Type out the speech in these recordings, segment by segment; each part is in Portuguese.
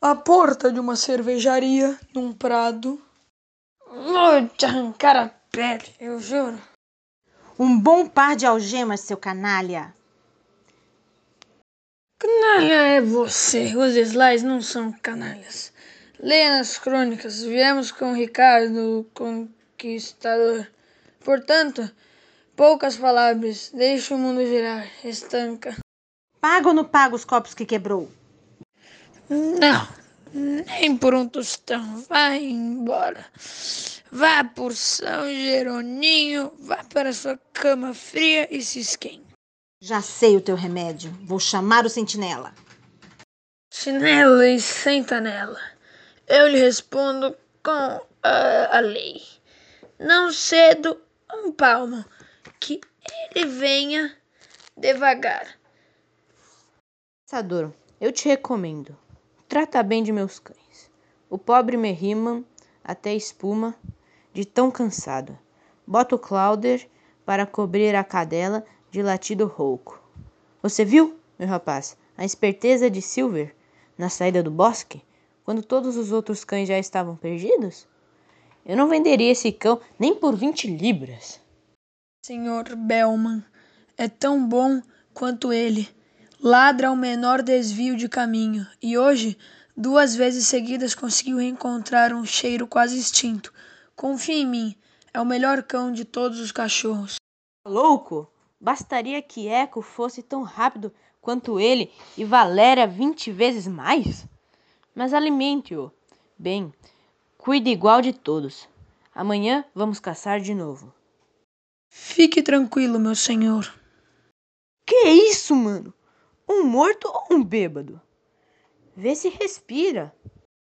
à porta de uma cervejaria, num prado. Vou te arrancar a pele, eu juro. Um bom par de algemas, seu canalha. Canalha é você, os Slides não são canalhas. Leia nas crônicas, viemos com Ricardo, o Conquistador. Portanto, poucas palavras, deixe o mundo girar, estanca. Paga ou não paga os copos que quebrou? Não, nem por um tostão, vai embora. Vá por São Jeroninho, vá para sua cama fria e se esquente. Já sei o teu remédio. Vou chamar o sentinela. Chinela e senta nela. Eu lhe respondo com a lei. Não cedo um palmo, que ele venha devagar. Caçador, eu te recomendo. Trata bem de meus cães. O pobre me rimam até espuma de tão cansado. Bota o Clauder para cobrir a cadela de latido rouco. Você viu, meu rapaz, a esperteza de Silver na saída do bosque, quando todos os outros cães já estavam perdidos? Eu não venderia esse cão nem por 20 libras. Senhor Bellman é tão bom quanto ele. Ladra ao menor desvio de caminho e hoje, 2 vezes seguidas, conseguiu reencontrar um cheiro quase extinto. Confia em mim, é o melhor cão de todos os cachorros. Louco! Bastaria que Eco fosse tão rápido quanto ele e Valéria 20 vezes mais? Mas alimente-o bem, cuide igual de todos. Amanhã vamos caçar de novo. Fique tranquilo, meu senhor. Que é isso, mano? Um morto ou um bêbado? Vê se respira.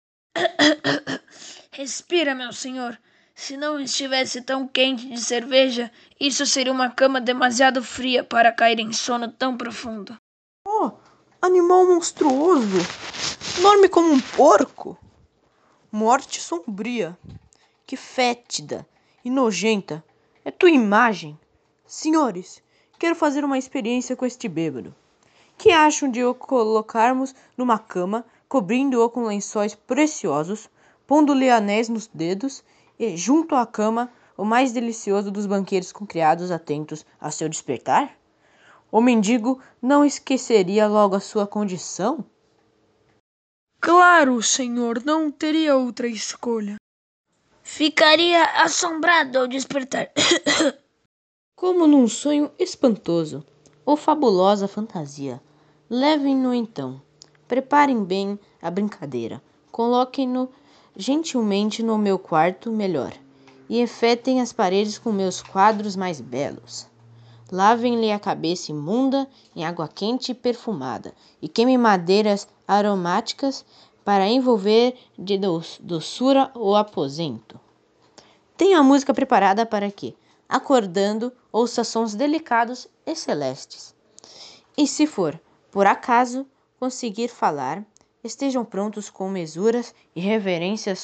Respira, meu senhor. Se não estivesse tão quente de cerveja, isso seria uma cama demasiado fria para cair em sono tão profundo. Oh, animal monstruoso! Enorme como um porco! Morte sombria! Que fétida e nojenta é tua imagem! Senhores, quero fazer uma experiência com este bêbado. Que acham de o colocarmos numa cama, cobrindo-o com lençóis preciosos, pondo-lhe anéis nos dedos e, junto à cama, o mais delicioso dos banquetes com criados atentos a seu despertar? O mendigo não esqueceria logo a sua condição? Claro, senhor, não teria outra escolha. Ficaria assombrado ao despertar. Como num sonho espantoso ou fabulosa fantasia. Levem-no então. Preparem bem a brincadeira. Coloquem-no gentilmente no meu quarto melhor e enfeitem as paredes com meus quadros mais belos. Lavem-lhe a cabeça imunda em água quente e perfumada e queimem madeiras aromáticas para envolver de doçura o aposento. Tenho a música preparada para que, acordando, ouça sons delicados e celestes. E se for, por acaso, conseguir falar, estejam prontos com mesuras e reverências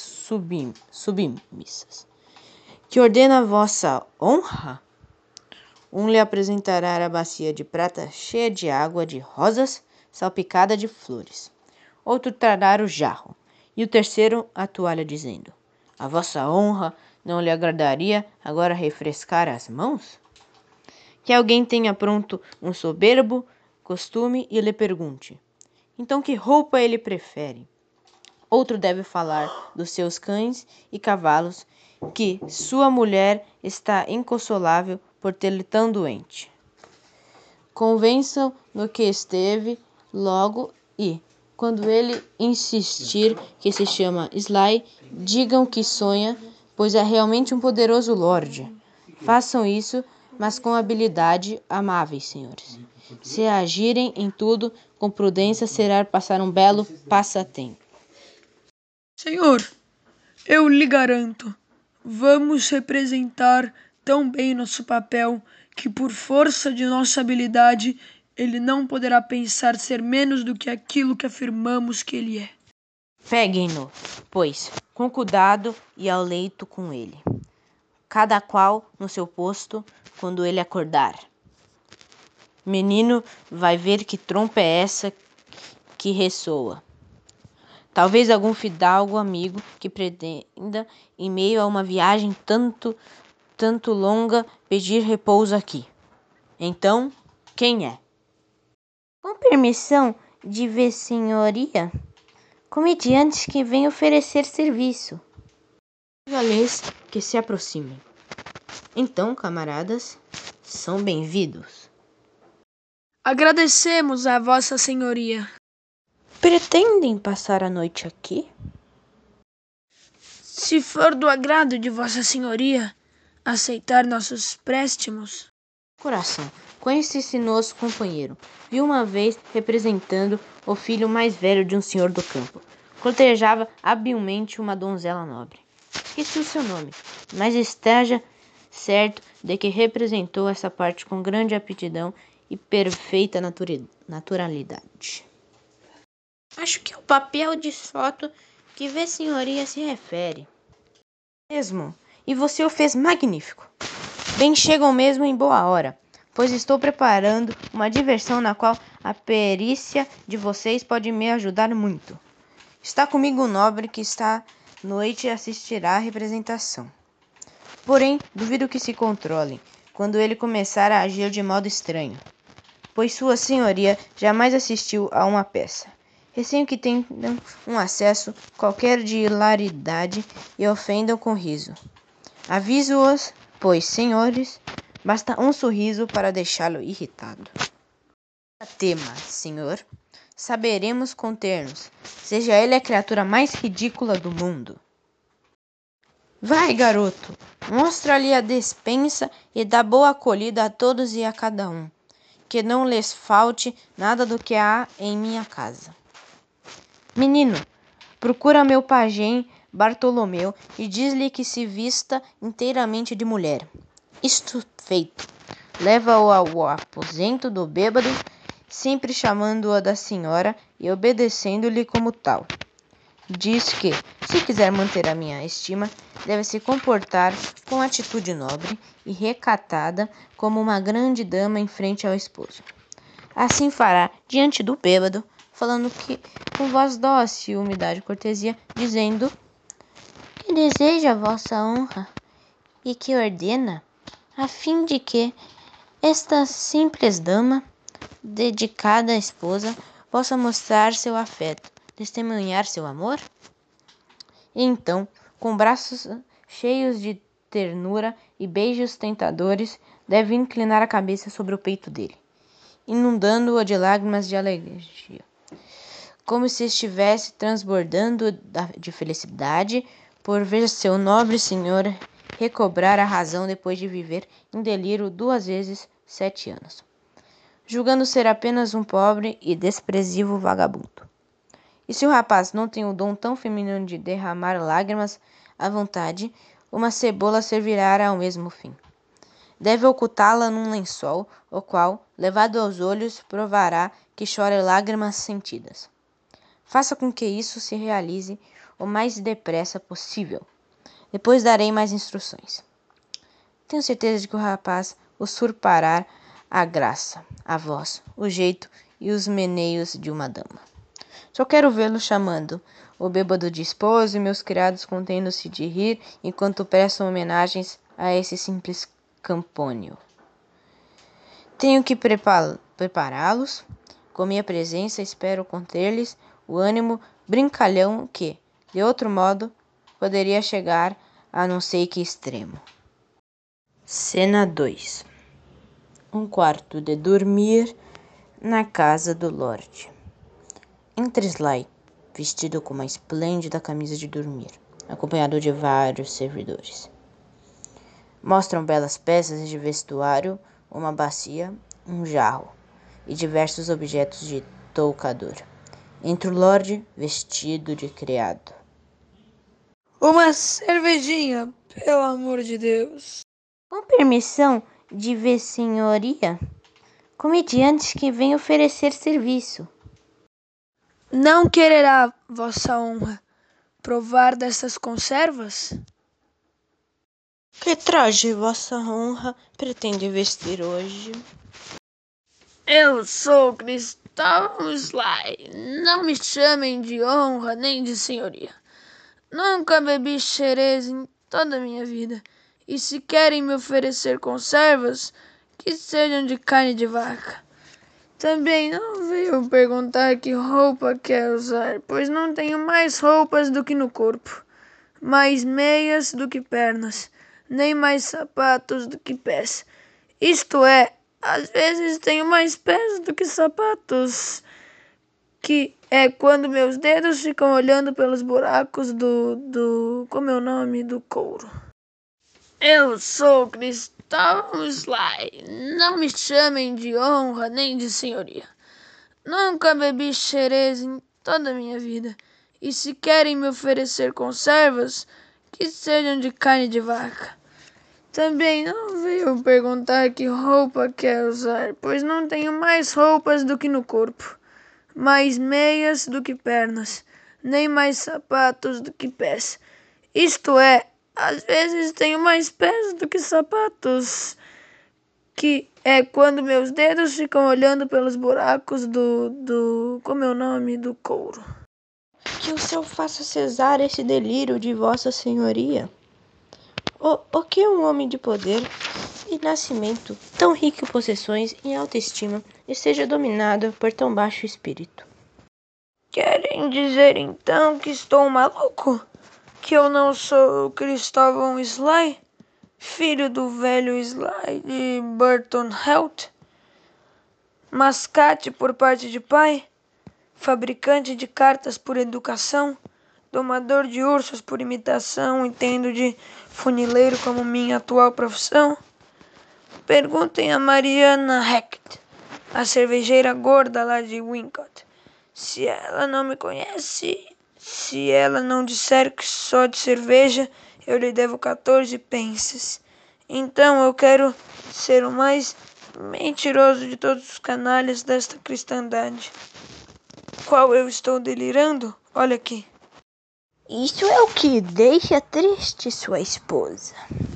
submissas. Que ordena vossa honra? Um lhe apresentará a bacia de prata cheia de água de rosas salpicada de flores. Outro trará o jarro, e o terceiro a toalha, dizendo: a vossa honra não lhe agradaria agora refrescar as mãos? Que alguém tenha pronto um soberbo costume e lhe pergunte: então que roupa ele prefere? Outro deve falar dos seus cães e cavalos, que sua mulher está inconsolável por tê-lo tão doente. Convençam no que esteve logo e, quando ele insistir que se chama Sly, digam que sonha, pois é realmente um poderoso lorde. Façam isso, mas com habilidade, amáveis senhores. Se agirem em tudo com prudência, será passar um belo passatempo. Senhor, eu lhe garanto, vamos representar tão bem nosso papel que, por força de nossa habilidade, ele não poderá pensar ser menos do que aquilo que afirmamos que ele é. Peguem-no, pois, com cuidado e ao leito com ele, cada qual no seu posto, quando ele acordar. Menino vai ver que trompa é essa que ressoa. Talvez algum fidalgo amigo que pretenda, em meio a uma viagem tanto longa, pedir repouso aqui. Então, quem é? Com permissão de Vossa Senhoria, comediantes que vêm oferecer serviço. Diga-lhes que se aproximem. Então, camaradas, são bem-vindos. Agradecemos a Vossa Senhoria. Pretendem passar a noite aqui? Se for do agrado de Vossa Senhoria aceitar nossos préstimos. Coração, conhece esse nosso companheiro. Vi uma vez representando o filho mais velho de um senhor do campo. Cortejava habilmente uma donzela nobre. Esqueci o seu nome, mas esteja certo de que representou essa parte com grande aptidão e perfeita naturalidade. Acho que é o papel de foto que Vossa Senhoria se refere. Mesmo, e você o fez magnífico. Bem, chegam mesmo em boa hora, pois estou preparando uma diversão na qual a perícia de vocês pode me ajudar muito. Está comigo um nobre que esta noite assistirá à representação. Porém, duvido que se controlem quando ele começar a agir de modo estranho, pois sua senhoria jamais assistiu a uma peça. Receio que tenham um acesso qualquer de hilaridade e ofendam com riso. Aviso-os, pois, senhores, basta um sorriso para deixá-lo irritado. Não tema, senhor. Saberemos conter-nos, seja ele a criatura mais ridícula do mundo. Vai, garoto, mostra-lhe a despensa e dá boa acolhida a todos e a cada um, que não lhes falte nada do que há em minha casa. Menino, procura meu pajem Bartolomeu e diz-lhe que se vista inteiramente de mulher. Isto feito, leva-o ao aposento do bêbado, sempre chamando-o da senhora e obedecendo-lhe como tal. Diz que, se quiser manter a minha estima, deve se comportar com atitude nobre e recatada como uma grande dama em frente ao esposo. Assim fará diante do bêbado, falando que com voz dócil e humildade e cortesia, dizendo Que deseja Vossa Honra e que ordena, a fim de que esta simples dama, dedicada à esposa, possa mostrar seu afeto, testemunhar seu amor? E então, com braços cheios de ternura e beijos tentadores, deve inclinar a cabeça sobre o peito dele, inundando-o de lágrimas de alegria, como se estivesse transbordando de felicidade por ver seu nobre senhor recobrar a razão depois de viver em delírio 2 vezes 7 anos, julgando ser apenas um pobre e desprezível vagabundo. E se o rapaz não tem o dom tão feminino de derramar lágrimas à vontade, uma cebola servirá ao mesmo fim. Deve ocultá-la num lençol, o qual, levado aos olhos, provará que chora lágrimas sentidas. Faça com que isso se realize o mais depressa possível. Depois darei mais instruções. Tenho certeza de que o rapaz usurpará a graça, a voz, o jeito e os meneios de uma dama. Só quero vê-lo chamando o bêbado de esposo e meus criados contendo-se de rir enquanto prestam homenagens a esse simples campônio. Tenho que prepará-los. Com minha presença espero conter-lhes o ânimo brincalhão que, de outro modo, poderia chegar a não sei que extremo. Cena 2. Um quarto de dormir na casa do Lorde. Entra Sly, vestido com uma esplêndida camisa de dormir, acompanhado de vários servidores. Mostram belas peças de vestuário, uma bacia, um jarro e diversos objetos de toucador. Entra o Lorde, vestido de criado. Uma cervejinha, pelo amor de Deus. Com permissão de Vossa Senhoria, comediantes que vêm oferecer serviço. Não quererá Vossa Honra provar destas conservas? Que traje Vossa Honra pretende vestir hoje? Eu sou Cristóvão Sly, não me chamem de honra nem de senhoria. Nunca bebi xerez em toda a minha vida, e se querem me oferecer conservas, que sejam de carne de vaca. Também não venham perguntar que roupa quer usar, pois não tenho mais roupas do que no corpo, mais meias do que pernas, nem mais sapatos do que pés. Isto é, às vezes tenho mais pés do que sapatos, que é quando meus dedos ficam olhando pelos buracos como é o nome? Do couro. Eu sou Cristóvão Sly, não me chamem de honra nem de senhoria. Nunca bebi xerez em toda a minha vida, e se querem me oferecer conservas, que sejam de carne de vaca. Também não venham perguntar que roupa quer usar, pois não tenho mais roupas do que no corpo, mais meias do que pernas, nem mais sapatos do que pés. Isto é, às vezes tenho mais pés do que sapatos, que é quando meus dedos ficam olhando pelos buracos como é o nome? Do couro. Que o céu faça cessar esse delírio de Vossa Senhoria. O que um homem de poder e nascimento, tão rico em possessões e em autoestima, esteja dominado por tão baixo espírito? Querem dizer então que estou maluco? Que eu não sou Cristóvão Sly, filho do velho Sly de Burton Holt, mascate por parte de pai, fabricante de cartas por educação, domador de ursos por imitação e tendo de funileiro como minha atual profissão? Perguntem a Mariana Hackett, a cervejeira gorda lá de Wincott, se ela não me conhece. Se ela não disser que só de cerveja, eu lhe devo 14 pences. Então eu quero ser o mais mentiroso de todos os canalhas desta cristandade. Qual eu estou delirando? Olha aqui. Isso é o que deixa triste sua esposa.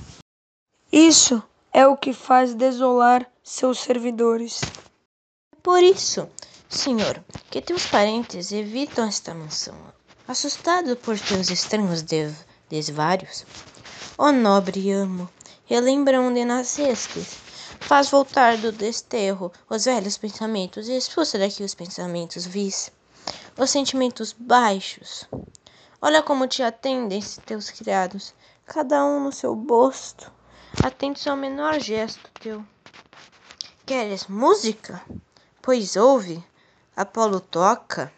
Isso é o que faz desolar seus servidores. Por isso, senhor, que teus parentes evitam esta mansão, assustado por teus estranhos desvários. Ó nobre amo, relembra onde nascestes, faz voltar do desterro os velhos pensamentos e expulsa daqui os pensamentos vis, os sentimentos baixos. Olha como te atendem teus criados, cada um no seu bosto, atentos ao menor gesto teu. Queres música? Pois ouve, Apolo toca,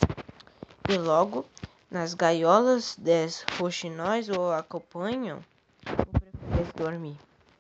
e logo nas gaiolas 10 roxinóis o acompanham, ou preferes dormir?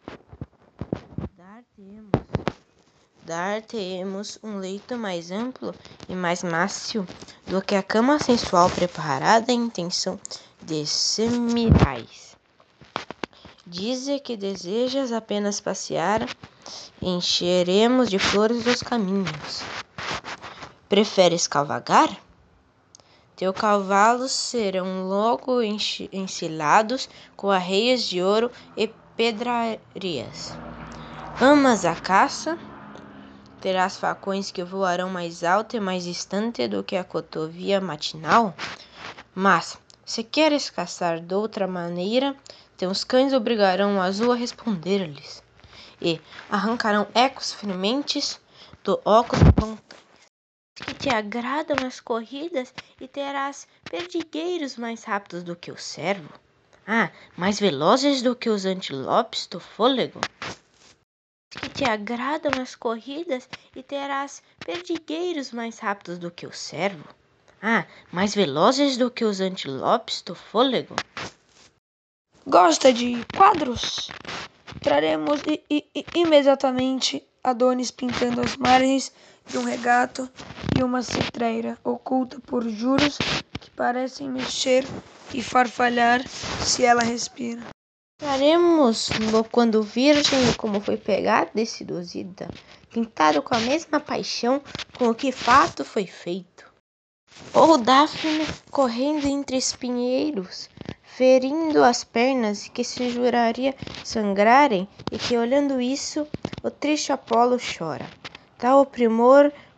Dar-te-emos um leito mais amplo e mais mácio do que a cama sensual preparada em intenção de semirais. Dize que desejas apenas passear, encheremos de flores os caminhos. Preferes cavalgar? Teus cavalos serão logo ensilados com arreios de ouro e pedrarias. Amas a caça? Terás facões que voarão mais alto e mais distante do que a cotovia matinal? Mas, se queres caçar de outra maneira, teus cães obrigarão o azul a responder-lhes, e arrancarão ecos frementes do óculos das montanhas. Que te agradam as corridas e terás perdigueiros mais rápidos do que o cervo? Mais velozes do que os antilopes do fôlego? Que te agradam as corridas e terás perdigueiros mais rápidos do que o cervo? Mais velozes do que os antilopes do fôlego? Gosta de quadros? Traremos imediatamente Adonis pintando as margens de um regato e uma citreira oculta por juros que parecem mexer e farfalhar se ela respira. Faremos-lo quando virgem e como foi pegada e seduzida, pintado com a mesma paixão com o que fato foi feito. Ou Dáfne correndo entre espinheiros, ferindo as pernas que se juraria sangrarem e que olhando isso, o triste Apolo chora. Tal o primor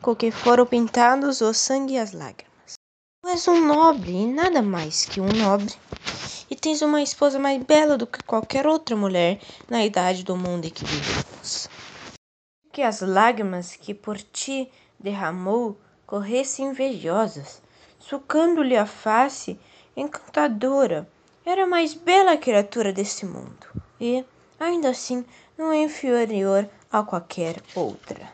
com que foram pintados o sangue e as lágrimas. Tu és um nobre e nada mais que um nobre, e tens uma esposa mais bela do que qualquer outra mulher na idade do mundo em que vivemos. Que as lágrimas que por ti derramou corressem invejosas, sucando-lhe a face encantadora. Era a mais bela criatura deste mundo, e, ainda assim, não é inferior a qualquer outra.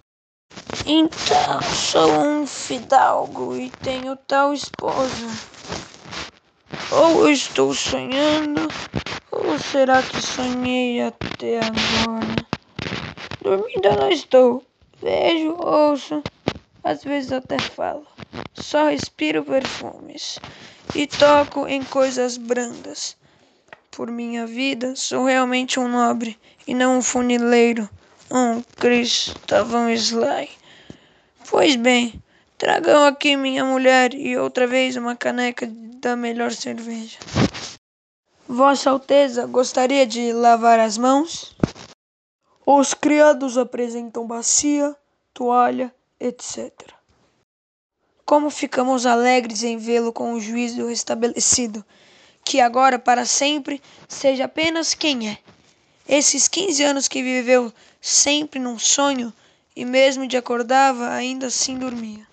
Então sou um fidalgo e tenho tal esposa. Ou eu estou sonhando, ou será que sonhei até agora? Dormida não estou. Vejo, ouço, às vezes até falo. Só respiro perfumes e toco em coisas brandas. Por minha vida, sou realmente um nobre e não um funileiro, um Cristóvão Sly. Pois bem, tragam aqui minha mulher e outra vez uma caneca da melhor cerveja. Vossa Alteza gostaria de lavar as mãos? Os criados apresentam bacia, toalha, etc. Como ficamos alegres em vê-lo com o juízo restabelecido, que agora para sempre seja apenas quem é. Esses 15 anos que viveu sempre num sonho e mesmo de acordava ainda assim dormia.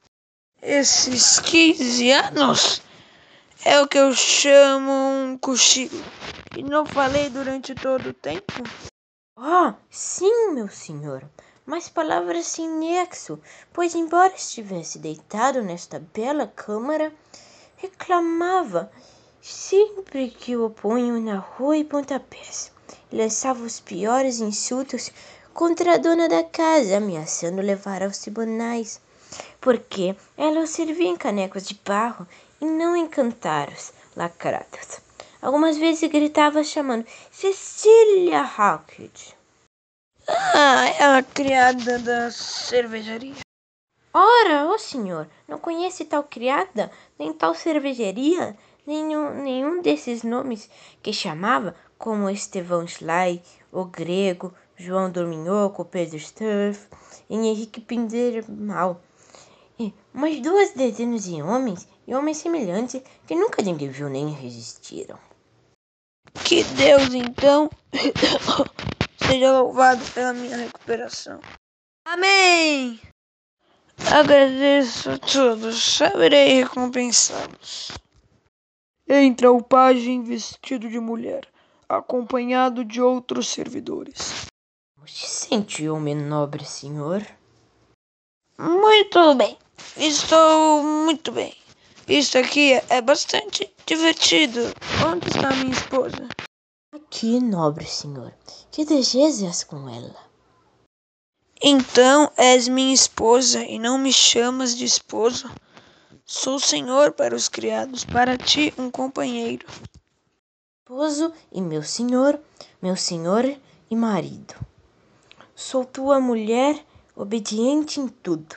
Esses 15 anos é o que eu chamo um cochilo. E não falei durante todo o tempo? Oh, sim, meu senhor, mas palavras sem nexo, pois embora estivesse deitado nesta bela câmara, reclamava sempre que o punham na rua e pontapés, e lançava os piores insultos contra a dona da casa, ameaçando levar aos tribunais, porque ela o servia em canecos de barro e não em cantaros lacrados. Algumas vezes gritava chamando Cecília Hawkins. Ah, é a criada da cervejaria. Ora, ô senhor, não conhece tal criada, nem tal cervejaria, nenhum desses nomes que chamava, como Estevão Sly, o Grego, João Dorminhoco, Pedro Sturff e Henrique Pindermal. E umas 2 dezenas de homens e homens semelhantes que nunca ninguém viu nem resistiram. Que Deus, então, seja louvado pela minha recuperação. Amém! Agradeço a todos, saberei recompensá-los. Entra o pajem vestido de mulher, acompanhado de outros servidores. Como se sente, homem nobre, senhor? Muito bem, estou muito bem. Isso aqui é bastante divertido. Onde está minha esposa? Aqui, nobre senhor, que desejas com ela? Então és minha esposa e não me chamas de esposo? Sou senhor para os criados, para ti um companheiro. Esposo e meu senhor e marido. Sou tua mulher, obediente em tudo.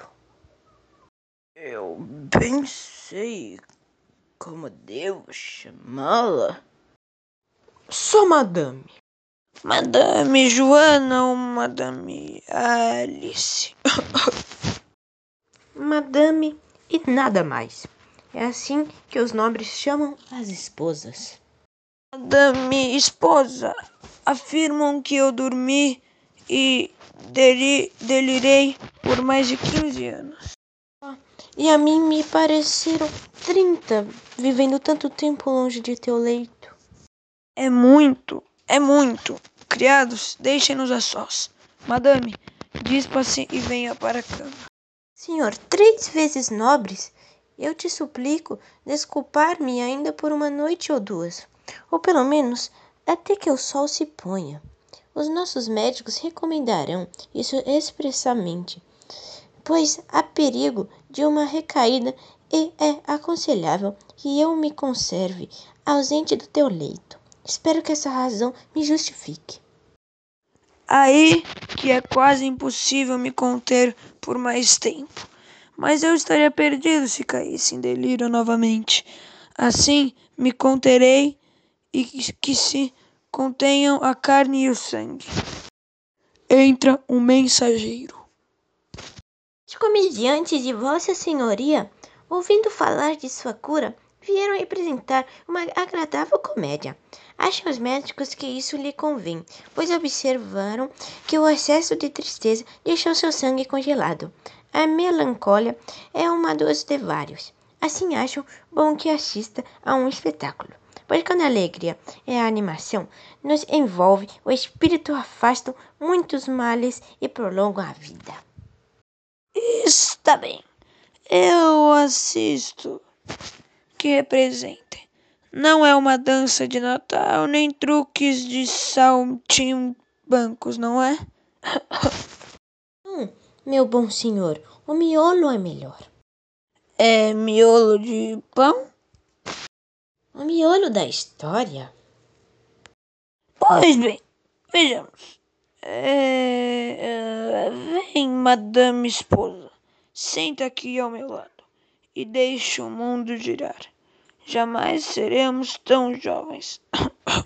Eu bem sei como devo chamá-la. Sou madame. Madame Joana ou Madame Alice? Madame e nada mais. É assim que os nobres chamam as esposas. Madame Esposa, afirmam que eu dormi e delirei por mais de 15 anos. E a mim me pareceram 30, vivendo tanto tempo longe de teu leito. É muito, é muito. Criados, deixem-nos a sós. Madame, dispa-se e venha para a cama. Senhor, 3 vezes nobres, eu te suplico desculpar-me ainda por uma noite ou 2, ou pelo menos até que o sol se ponha. Os nossos médicos recomendarão isso expressamente, pois há perigo de uma recaída e é aconselhável que eu me conserve ausente do teu leito. Espero que essa razão me justifique. Aí que é quase impossível me conter por mais tempo. Mas eu estaria perdido se caísse em delírio novamente. Assim me conterei e que se contenham a carne e o sangue. Entra um mensageiro. Os comediantes de Vossa Senhoria, ouvindo falar de sua cura, vieram representar uma agradável comédia. Acham os médicos que isso lhe convém, pois observaram que o excesso de tristeza deixou seu sangue congelado. A melancólia é uma dos de vários. Assim acham bom que assista a um espetáculo, pois quando a alegria é a animação, nos envolve, o espírito afasta muitos males e prolonga a vida. Está bem, eu assisto. Que representem. Não é uma dança de Natal, nem truques de saltimbancos, não é? Meu bom senhor, o miolo é melhor. É miolo de pão? O miolo da história? Pois bem, vejamos. Vem, madame esposa, senta aqui ao meu lado e deixe o mundo girar. Jamais seremos tão jovens.